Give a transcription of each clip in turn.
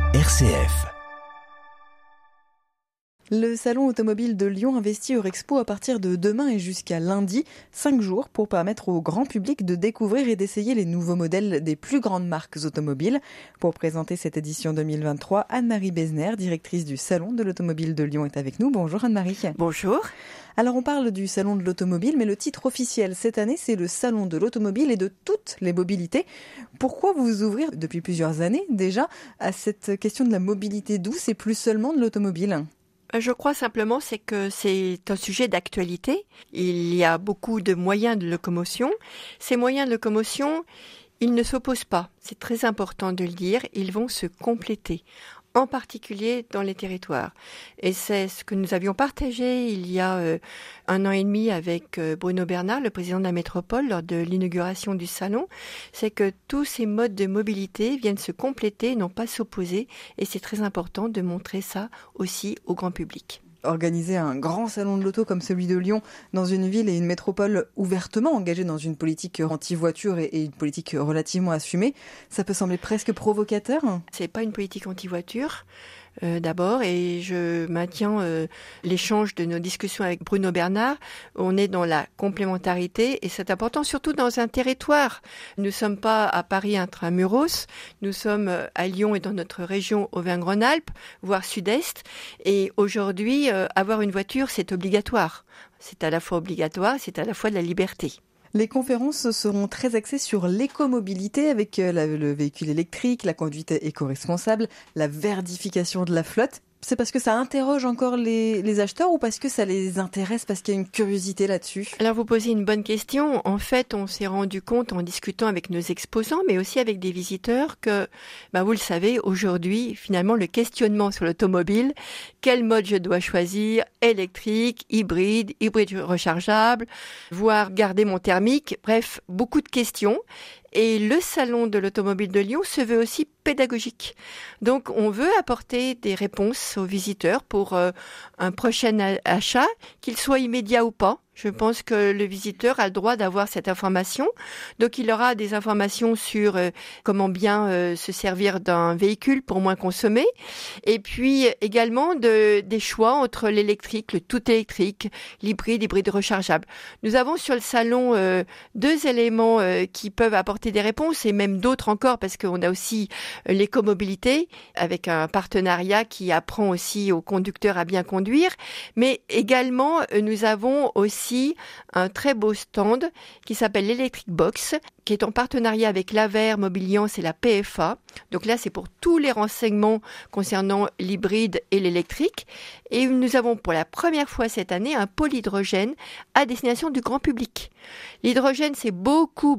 RCF. Le salon automobile de Lyon investit Eurexpo à partir de demain et jusqu'à lundi, 5 jours pour permettre au grand public de découvrir et d'essayer les nouveaux modèles des plus grandes marques automobiles. Pour présenter cette édition 2023, Anne-Marie Besner, directrice du salon de l'automobile de Lyon, est avec nous. Bonjour Anne-Marie. Bonjour. Alors on parle du salon de l'automobile, mais le titre officiel cette année, c'est le salon de l'automobile et de toutes les mobilités. Pourquoi vous ouvrir depuis plusieurs années déjà à cette question de la mobilité douce et plus seulement de l'automobile ? Je crois simplement que c'est un sujet d'actualité. Il y a beaucoup de moyens de locomotion. Ces moyens de locomotion, ils ne s'opposent pas. C'est très important de le dire. Ils vont se compléter, en particulier dans les territoires. Et c'est ce que nous avions partagé il y a 1 an et demi avec Bruno Bernard, le président de la métropole, lors de l'inauguration du salon. C'est que tous ces modes de mobilité viennent se compléter, non pas s'opposer. Et c'est très important de montrer ça aussi au grand public. Organiser un grand salon de l'auto comme celui de Lyon dans une ville et une métropole ouvertement engagée dans une politique anti-voiture et une politique relativement assumée, ça peut sembler presque provocateur. C'est pas une politique anti-voiture. D'abord, et je maintiens l'échange de nos discussions avec Bruno Bernard. On est dans la complémentarité et c'est important, surtout dans un territoire. Nous ne sommes pas à Paris intramuros, nous sommes à Lyon et dans notre région Auvergne-Rhône-Alpes, voire Sud-Est. Et aujourd'hui, avoir une voiture, c'est obligatoire. C'est à la fois obligatoire, c'est à la fois de la liberté. Les conférences seront très axées sur l'écomobilité avec le véhicule électrique, la conduite éco-responsable, la verdification de la flotte. C'est parce que ça interroge encore les acheteurs ou parce que ça les intéresse, parce qu'il y a une curiosité là-dessus ? Alors vous posez une bonne question. En fait, on s'est rendu compte en discutant avec nos exposants, mais aussi avec des visiteurs, que, vous le savez, aujourd'hui, finalement, le questionnement sur l'automobile, quel mode je dois choisir, électrique, hybride rechargeable, voire garder mon thermique, bref, beaucoup de questions. Et le salon de l'automobile de Lyon se veut aussi pédagogique. Donc, on veut apporter des réponses aux visiteurs pour un prochain achat, qu'il soit immédiat ou pas. Je pense que le visiteur a le droit d'avoir cette information. Donc, il aura des informations sur comment bien se servir d'un véhicule pour moins consommer. Et puis, également des choix entre l'électrique, le tout électrique, l'hybride rechargeable. Nous avons sur le salon 2 éléments qui peuvent apporter des réponses et même d'autres encore parce qu'on a aussi l'écomobilité avec un partenariat qui apprend aussi aux conducteurs à bien conduire. Mais également, nous avons aussi un très beau stand qui s'appelle l'Electric Box, qui est en partenariat avec l'Aver, Mobiliance et la PFA. Donc là, c'est pour tous les renseignements concernant l'hybride et l'électrique. Et nous avons pour la première fois cette année un pôle hydrogène à destination du grand public. L'hydrogène, c'est beaucoup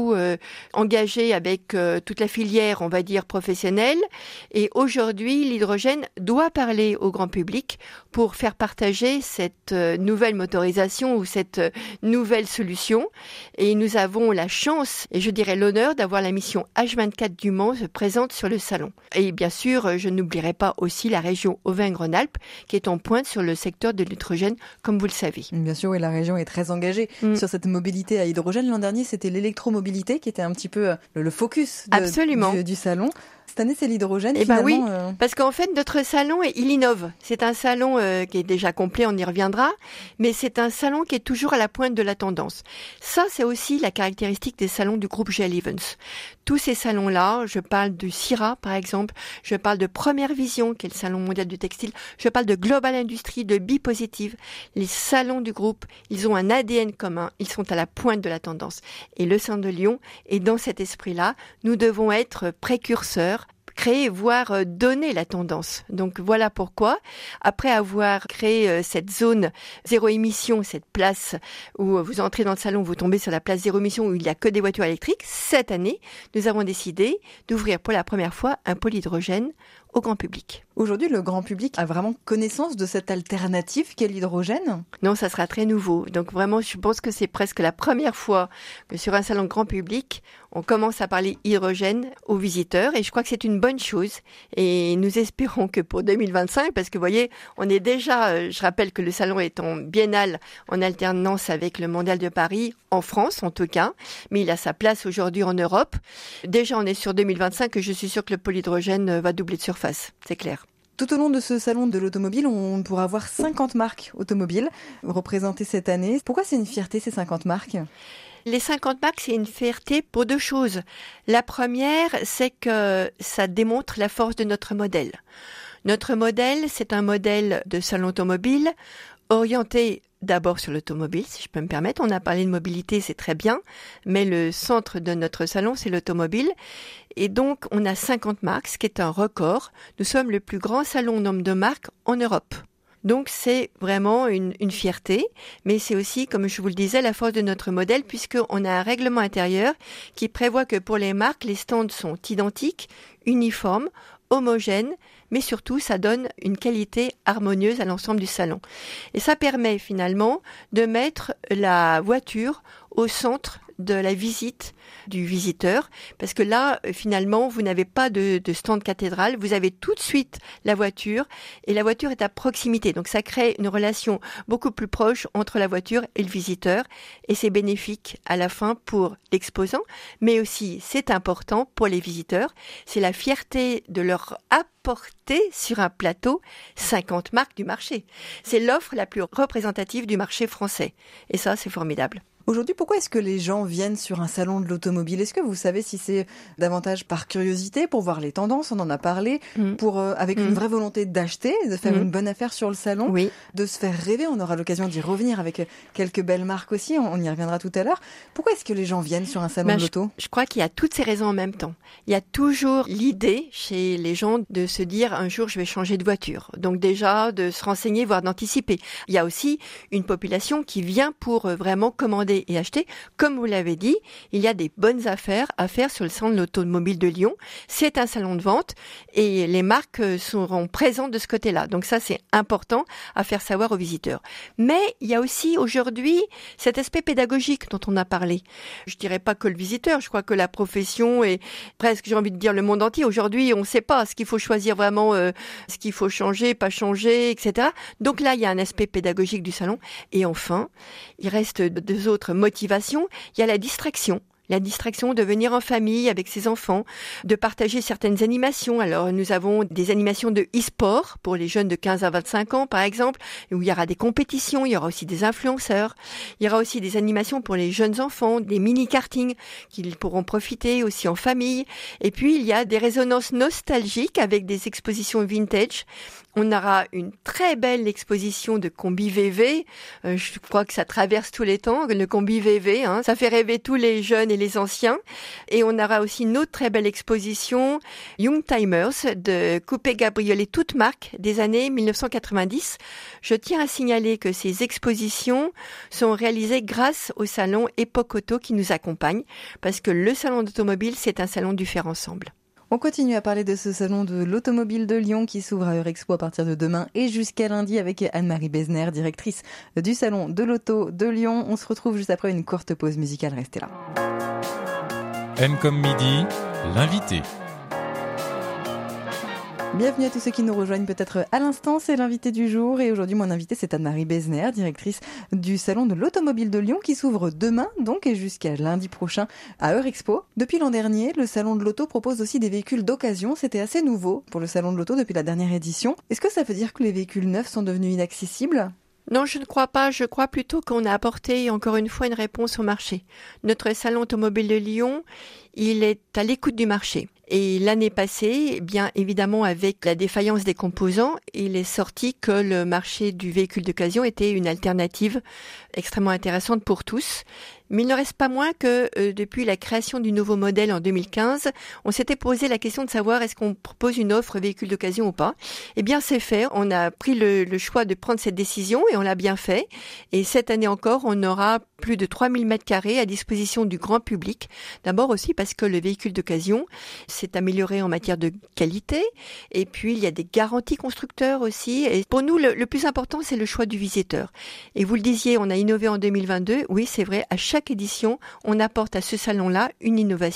engagé avec toute la filière, on va dire, professionnelle. Et aujourd'hui, l'hydrogène doit parler au grand public pour faire partager cette nouvelle motorisation ou cette nouvelle solution. Et nous avons la chance, et je dirais l'honneur, d'avoir la mission H24 du Mans présente sur le salon. Et bien sûr, je n'oublierai pas aussi la région Auvergne-Rhône-Alpes qui est en pointe sur le secteur de l'hydrogène, comme vous le savez. Bien sûr, oui, la région est très engagée sur cette mobilité à hydrogène. L'an dernier, c'était l'électromobilité qui était un petit peu le focus du salon. Cette année, c'est l'hydrogène. Oui, parce qu'en fait, notre salon, il innove. C'est un salon qui est déjà complet, on y reviendra, mais c'est un salon qui est toujours à la pointe de la tendance. Ça, c'est aussi la caractéristique des salons du groupe GL Events. Tous ces salons-là, je parle du CIRA, par exemple, je parle de Première Vision, qui est le salon mondial du textile, je parle de Global Industrie, de Bipositive. Les salons du groupe, ils ont un ADN commun, ils sont à la pointe de la tendance. Et le salon de Lyon est dans cet esprit-là. Nous devons être précurseurs, créer, voire donner la tendance. Donc voilà pourquoi, après avoir créé cette zone zéro émission, cette place où vous entrez dans le salon, vous tombez sur la place zéro émission où il n'y a que des voitures électriques, cette année, nous avons décidé d'ouvrir pour la première fois un pôle hydrogène au grand public. Aujourd'hui, le grand public a vraiment connaissance de cette alternative qu'est l'hydrogène ? Non, ça sera très nouveau. Donc vraiment, je pense que c'est presque la première fois que sur un salon grand public, on commence à parler hydrogène aux visiteurs et je crois que c'est une bonne chose. Et nous espérons que pour 2025, parce que vous voyez, on est déjà, je rappelle que le salon est en biennale en alternance avec le Mondial de Paris, en France en tout cas, mais il a sa place aujourd'hui en Europe. Déjà, on est sur 2025 et je suis sûre que le pôle hydrogène va doubler de surface. surface, c'est clair. Tout au long de ce salon de l'automobile, on pourra voir 50 marques automobiles représentées cette année. Pourquoi c'est une fierté, ces 50 marques ? Les 50 marques, c'est une fierté pour deux choses. La première, c'est que ça démontre la force de notre modèle. Notre modèle, c'est un modèle de salon automobile orienté d'abord sur l'automobile, si je peux me permettre. On a parlé de mobilité, c'est très bien, mais le centre de notre salon, c'est l'automobile. Et donc, on a 50 marques, ce qui est un record. Nous sommes le plus grand salon nombre de marques en Europe. Donc, c'est vraiment une fierté, mais c'est aussi, comme je vous le disais, la force de notre modèle, puisqu'on a un règlement intérieur qui prévoit que pour les marques, les stands sont identiques, uniformes, homogènes, mais surtout, ça donne une qualité harmonieuse à l'ensemble du salon. Et ça permet finalement de mettre la voiture au centre de la visite du visiteur, parce que là, finalement, vous n'avez pas de stand cathédrale, vous avez tout de suite la voiture, et la voiture est à proximité. Donc ça crée une relation beaucoup plus proche entre la voiture et le visiteur, et c'est bénéfique à la fin pour l'exposant, mais aussi, c'est important pour les visiteurs. C'est la fierté de leur apporter sur un plateau 50 marques du marché. C'est l'offre la plus représentative du marché français, et ça, c'est formidable. Aujourd'hui, pourquoi est-ce que les gens viennent sur un salon de l'automobile ? Est-ce que vous savez si c'est davantage par curiosité, pour voir les tendances, on en a parlé, avec une vraie volonté d'acheter, de faire une bonne affaire sur le salon, de se faire rêver, on aura l'occasion d'y revenir avec quelques belles marques aussi, on y reviendra tout à l'heure. Pourquoi est-ce que les gens viennent sur un salon de l'auto ? Je crois qu'il y a toutes ces raisons en même temps. Il y a toujours l'idée chez les gens de se dire un jour je vais changer de voiture. Donc déjà de se renseigner, voire d'anticiper. Il y a aussi une population qui vient pour vraiment commander et acheter. Comme vous l'avez dit, il y a des bonnes affaires à faire sur le salon de l'automobile de Lyon. C'est un salon de vente et les marques seront présentes de ce côté-là. Donc ça, c'est important à faire savoir aux visiteurs. Mais il y a aussi aujourd'hui cet aspect pédagogique dont on a parlé. Je dirais pas que le visiteur, je crois que la profession et presque, j'ai envie de dire, le monde entier. Aujourd'hui, on ne sait pas ce qu'il faut choisir vraiment, ce qu'il faut changer, pas changer, etc. Donc là, il y a un aspect pédagogique du salon. Et enfin, il reste deux autres motivations. Il y a la distraction. La distraction de venir en famille avec ses enfants, de partager certaines animations. Alors, nous avons des animations de e-sport pour les jeunes de 15 à 25 ans, par exemple, où il y aura des compétitions, il y aura aussi des influenceurs. Il y aura aussi des animations pour les jeunes enfants, des mini-karting qu'ils pourront profiter aussi en famille. Et puis, il y a des résonances nostalgiques avec des expositions vintage. On aura une très belle exposition de combi VV. Je crois que ça traverse tous les temps, le combi VV. Ça fait rêver tous les jeunes et les anciens. Et on aura aussi une autre très belle exposition, Young Timers, de Coupé Gabriolet, toute marque des années 1990. Je tiens à signaler que ces expositions sont réalisées grâce au salon Époque Auto qui nous accompagne, parce que le salon d'automobile, c'est un salon du faire ensemble. On continue à parler de ce salon de l'automobile de Lyon qui s'ouvre à Eurexpo à partir de demain et jusqu'à lundi avec Anne-Marie Besner, directrice du salon de l'auto de Lyon. On se retrouve juste après une courte pause musicale. Restez là. M comme midi, l'invité. Bienvenue à tous ceux qui nous rejoignent peut-être à l'instant, c'est l'invité du jour et aujourd'hui mon invité c'est Anne-Marie Besner, directrice du salon de l'automobile de Lyon qui s'ouvre demain donc et jusqu'à lundi prochain à Eurexpo. Depuis l'an dernier, le salon de l'auto propose aussi des véhicules d'occasion, c'était assez nouveau pour le salon de l'auto depuis la dernière édition. Est-ce que ça veut dire que les véhicules neufs sont devenus inaccessibles ? Non, je ne crois pas. Je crois plutôt qu'on a apporté encore une fois une réponse au marché. Notre salon automobile de Lyon, il est à l'écoute du marché. Et l'année passée, bien évidemment avec la défaillance des composants, il est sorti que le marché du véhicule d'occasion était une alternative extrêmement intéressante pour tous. Mais il ne reste pas moins que depuis la création du nouveau modèle en 2015, on s'était posé la question de savoir est-ce qu'on propose une offre véhicule d'occasion ou pas. Eh bien c'est fait, on a pris le choix de prendre cette décision et on l'a bien fait. Et cette année encore, on aura plus de 3000 m² à disposition du grand public. D'abord aussi parce que le véhicule d'occasion s'est amélioré en matière de qualité et puis il y a des garanties constructeurs aussi. Et pour nous, le plus important, c'est le choix du visiteur. Et vous le disiez, on a innové en 2022. Oui, c'est vrai, à chaque édition, on apporte à ce salon-là une innovation.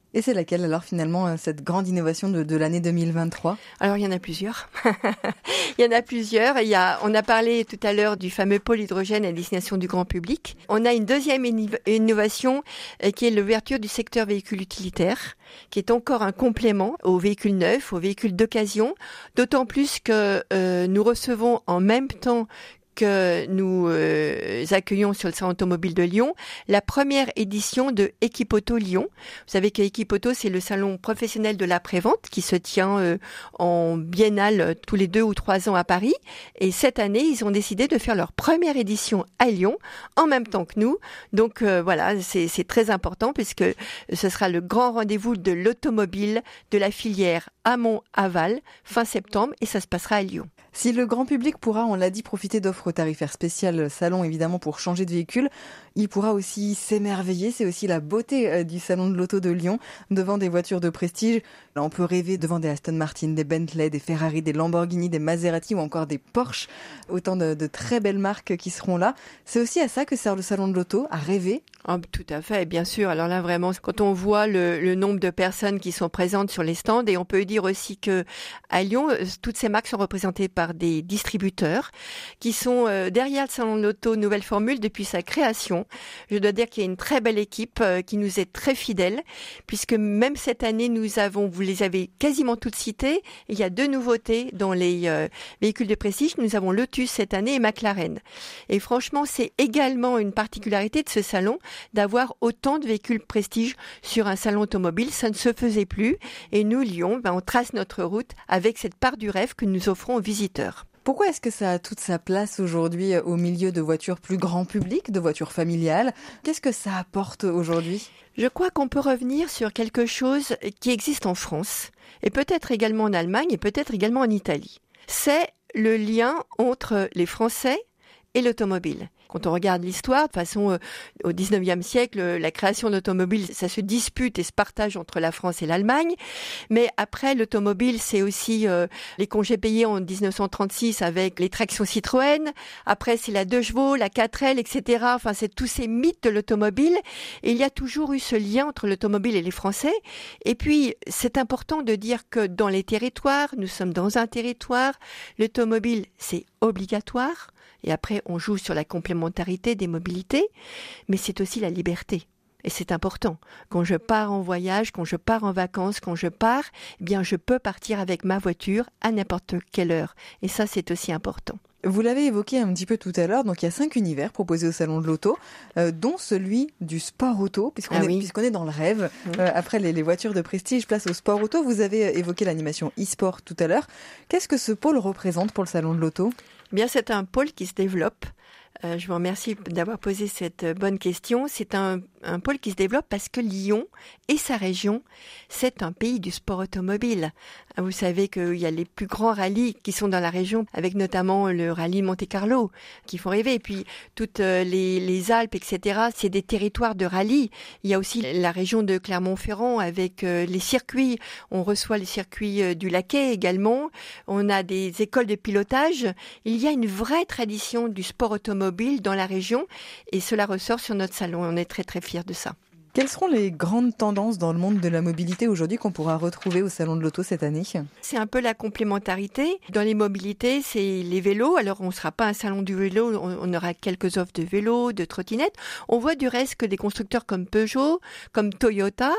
Et c'est laquelle alors finalement cette grande innovation de l'année 2023 ? Alors il y en a plusieurs. Il y en a plusieurs. On a parlé tout à l'heure du fameux pôle hydrogène à destination du grand public. On a une deuxième innovation qui est l'ouverture du secteur véhicule utilitaire, qui est encore un complément aux véhicules neufs, aux véhicules d'occasion, d'autant plus que nous recevons en même temps que nous accueillons sur le salon automobile de Lyon la première édition de Equipoto Lyon. Vous savez qu'Equipoto, c'est le salon professionnel de l'après-vente qui se tient en biennale tous les 2 ou 3 ans à Paris. Et cette année, ils ont décidé de faire leur première édition à Lyon en même temps que nous. Donc voilà, c'est très important puisque ce sera le grand rendez-vous de l'automobile de la filière amont-aval fin septembre et ça se passera à Lyon. Si le grand public pourra, on l'a dit, profiter d'offres tarifaires spéciales salon évidemment pour changer de véhicule, il pourra aussi s'émerveiller. C'est aussi la beauté du salon de l'auto de Lyon devant des voitures de prestige. Là, on peut rêver devant des Aston Martin, des Bentley, des Ferrari, des Lamborghini, des Maserati ou encore des Porsche. Autant de très belles marques qui seront là. C'est aussi à ça que sert le salon de l'auto, à rêver. Oh, tout à fait, bien sûr. Alors là, vraiment, quand on voit le nombre de personnes qui sont présentes sur les stands, et on peut dire aussi que à Lyon, toutes ces marques sont représentées par des distributeurs qui sont derrière le salon de l'auto Nouvelle Formule depuis sa création. Je dois dire qu'il y a une très belle équipe qui nous est très fidèle, puisque même cette année, vous les avez quasiment toutes citées, il y a 2 nouveautés dans les véhicules de prestige. Nous avons Lotus cette année et McLaren. Et franchement, c'est également une particularité de ce salon d'avoir autant de véhicules prestige sur un salon automobile. Ça ne se faisait plus. Et nous, Lyon, on trace notre route avec cette part du rêve que nous offrons aux visiteurs. Pourquoi est-ce que ça a toute sa place aujourd'hui au milieu de voitures plus grand public, de voitures familiales ? Qu'est-ce que ça apporte aujourd'hui ? Je crois qu'on peut revenir sur quelque chose qui existe en France, et peut-être également en Allemagne, et peut-être également en Italie. C'est le lien entre les Français et l'automobile. Quand on regarde l'histoire, de toute façon, au 19e siècle, la création d'automobiles, ça se dispute et se partage entre la France et l'Allemagne. Mais après, l'automobile, c'est aussi les congés payés en 1936 avec les tractions Citroën. Après, c'est la 2 chevaux, la 4L, etc. Enfin, c'est tous ces mythes de l'automobile. Et il y a toujours eu ce lien entre l'automobile et les Français. Et puis, c'est important de dire que dans les territoires, nous sommes dans un territoire, l'automobile, c'est obligatoire. Et après, on joue sur la complémentarité des mobilités, mais c'est aussi la liberté. Et c'est important. Quand je pars en voyage, quand je pars en vacances, quand je pars, eh bien, je peux partir avec ma voiture à n'importe quelle heure. Et ça, c'est aussi important. Vous l'avez évoqué un petit peu tout à l'heure, donc il y a 5 univers proposés au Salon de l'Auto, dont celui du sport auto, puisqu'on est dans le rêve. Après les voitures de prestige, place au sport auto. Vous avez évoqué l'animation e-sport tout à l'heure. Qu'est-ce que ce pôle représente pour le Salon de l'Auto ? Bien, c'est un pôle qui se développe. Je vous remercie d'avoir posé cette bonne question. C'est un pôle qui se développe parce que Lyon et sa région, c'est un pays du sport automobile. Vous savez qu'il y a les plus grands rallyes qui sont dans la région, avec notamment le rallye Monte-Carlo, qui font rêver. Et puis, toutes les Alpes, etc., c'est des territoires de rallye. Il y a aussi la région de Clermont-Ferrand avec les circuits. On reçoit les circuits du Laquais également. On a des écoles de pilotage. Il y a une vraie tradition du sport automobile dans la région et cela ressort sur notre salon. On est très, très fiers de ça. Quelles seront les grandes tendances dans le monde de la mobilité aujourd'hui qu'on pourra retrouver au Salon de l'Auto cette année ? C'est un peu la complémentarité. Dans les mobilités, c'est les vélos. Alors, on ne sera pas un salon du vélo, on aura quelques offres de vélos, de trottinettes. On voit du reste que des constructeurs comme Peugeot, comme Toyota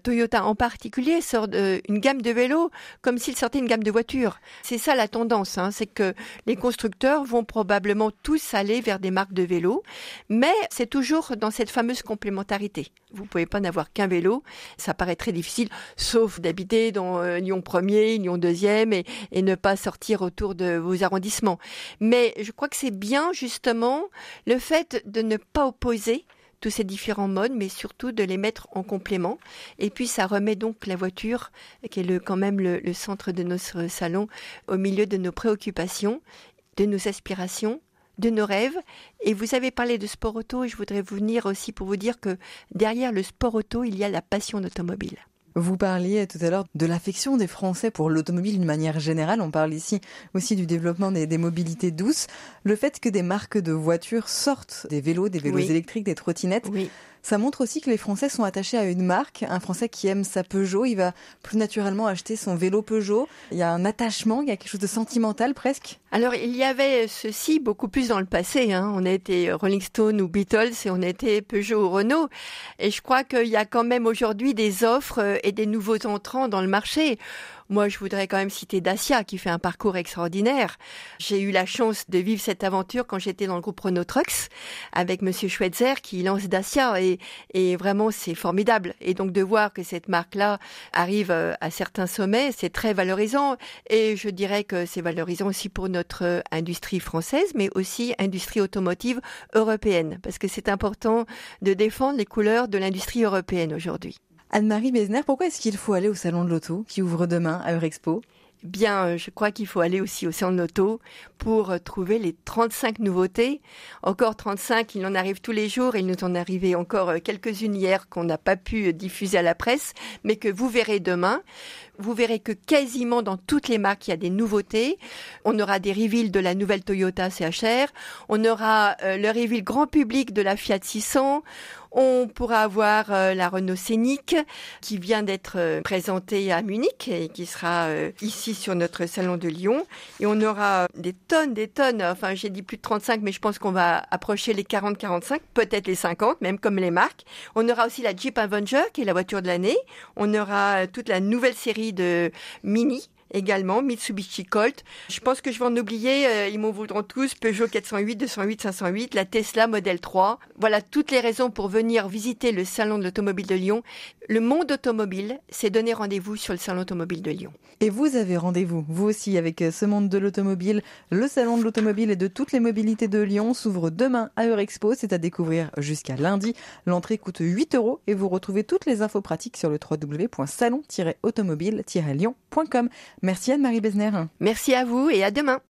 en particulier, sortent une gamme de vélos comme s'ils sortaient une gamme de voitures. C'est ça la tendance, c'est que les constructeurs vont probablement tous aller vers des marques de vélos, mais c'est toujours dans cette fameuse complémentarité. Vous ne pouvez pas n'avoir qu'un vélo, ça paraît très difficile, sauf d'habiter dans Lyon 1er, Lyon 2e et ne pas sortir autour de vos arrondissements. Mais je crois que c'est bien justement le fait de ne pas opposer tous ces différents modes, mais surtout de les mettre en complément. Et puis ça remet donc la voiture, qui est quand même le centre de notre salon, au milieu de nos préoccupations, de nos aspirations, de nos rêves. Et vous avez parlé de sport auto et je voudrais venir aussi pour vous dire que derrière le sport auto, il y a la passion d'automobile. Vous parliez tout à l'heure de l'affection des Français pour l'automobile d'une manière générale. On parle ici aussi du développement des mobilités douces. Le fait que des marques de voitures sortent des vélos électriques, des trottinettes, Ça montre aussi que les Français sont attachés à une marque. Un Français qui aime sa Peugeot, il va plus naturellement acheter son vélo Peugeot. Il y a un attachement, il y a quelque chose de sentimental presque. Alors, il y avait ceci beaucoup plus dans le passé. On a été Rolling Stone ou Beatles et on a été Peugeot ou Renault. Et je crois qu'il y a quand même aujourd'hui des offres et des nouveaux entrants dans le marché. Moi, je voudrais quand même citer Dacia, qui fait un parcours extraordinaire. J'ai eu la chance de vivre cette aventure quand j'étais dans le groupe Renault Trucks, avec Monsieur Schweitzer, qui lance Dacia, et vraiment, c'est formidable. Et donc, de voir que cette marque-là arrive à certains sommets, c'est très valorisant. Et je dirais que c'est valorisant aussi pour notre industrie française, mais aussi industrie automotive européenne, parce que c'est important de défendre les couleurs de l'industrie européenne aujourd'hui. Anne-Marie Besner, pourquoi est-ce qu'il faut aller au Salon de l'Auto qui ouvre demain à Eurexpo ? Bien, je crois qu'il faut aller aussi au Salon de l'Auto pour trouver les 35 nouveautés. Encore 35, il en arrive tous les jours. Il nous en est arrivé encore quelques-unes hier qu'on n'a pas pu diffuser à la presse, mais que vous verrez demain. Vous verrez que quasiment dans toutes les marques, il y a des nouveautés. On aura des reveals de la nouvelle Toyota CHR. On aura le reveal grand public de la Fiat 600. On pourra avoir la Renault Scénic qui vient d'être présentée à Munich et qui sera ici sur notre salon de Lyon. Et on aura des tonnes, enfin j'ai dit plus de 35, mais je pense qu'on va approcher les 40-45, peut-être les 50, même comme les marques. On aura aussi la Jeep Avenger qui est la voiture de l'année. On aura toute la nouvelle série de Mini, également Mitsubishi Colt. Je pense que je vais en oublier, ils m'en voudront tous. Peugeot 408, 208, 508, la Tesla Model 3. Voilà toutes les raisons pour venir visiter le Salon de l'Automobile de Lyon. Le monde automobile, c'est donner rendez-vous sur le Salon automobile de Lyon. Et vous avez rendez-vous, vous aussi, avec ce monde de l'automobile. Le Salon de l'Automobile et de toutes les mobilités de Lyon s'ouvre demain à Eurexpo. C'est à découvrir jusqu'à lundi. L'entrée coûte 8 € et vous retrouvez toutes les infos pratiques sur le www.salon-automobile-lyon.com. Merci Anne-Marie Besner. Merci à vous et à demain.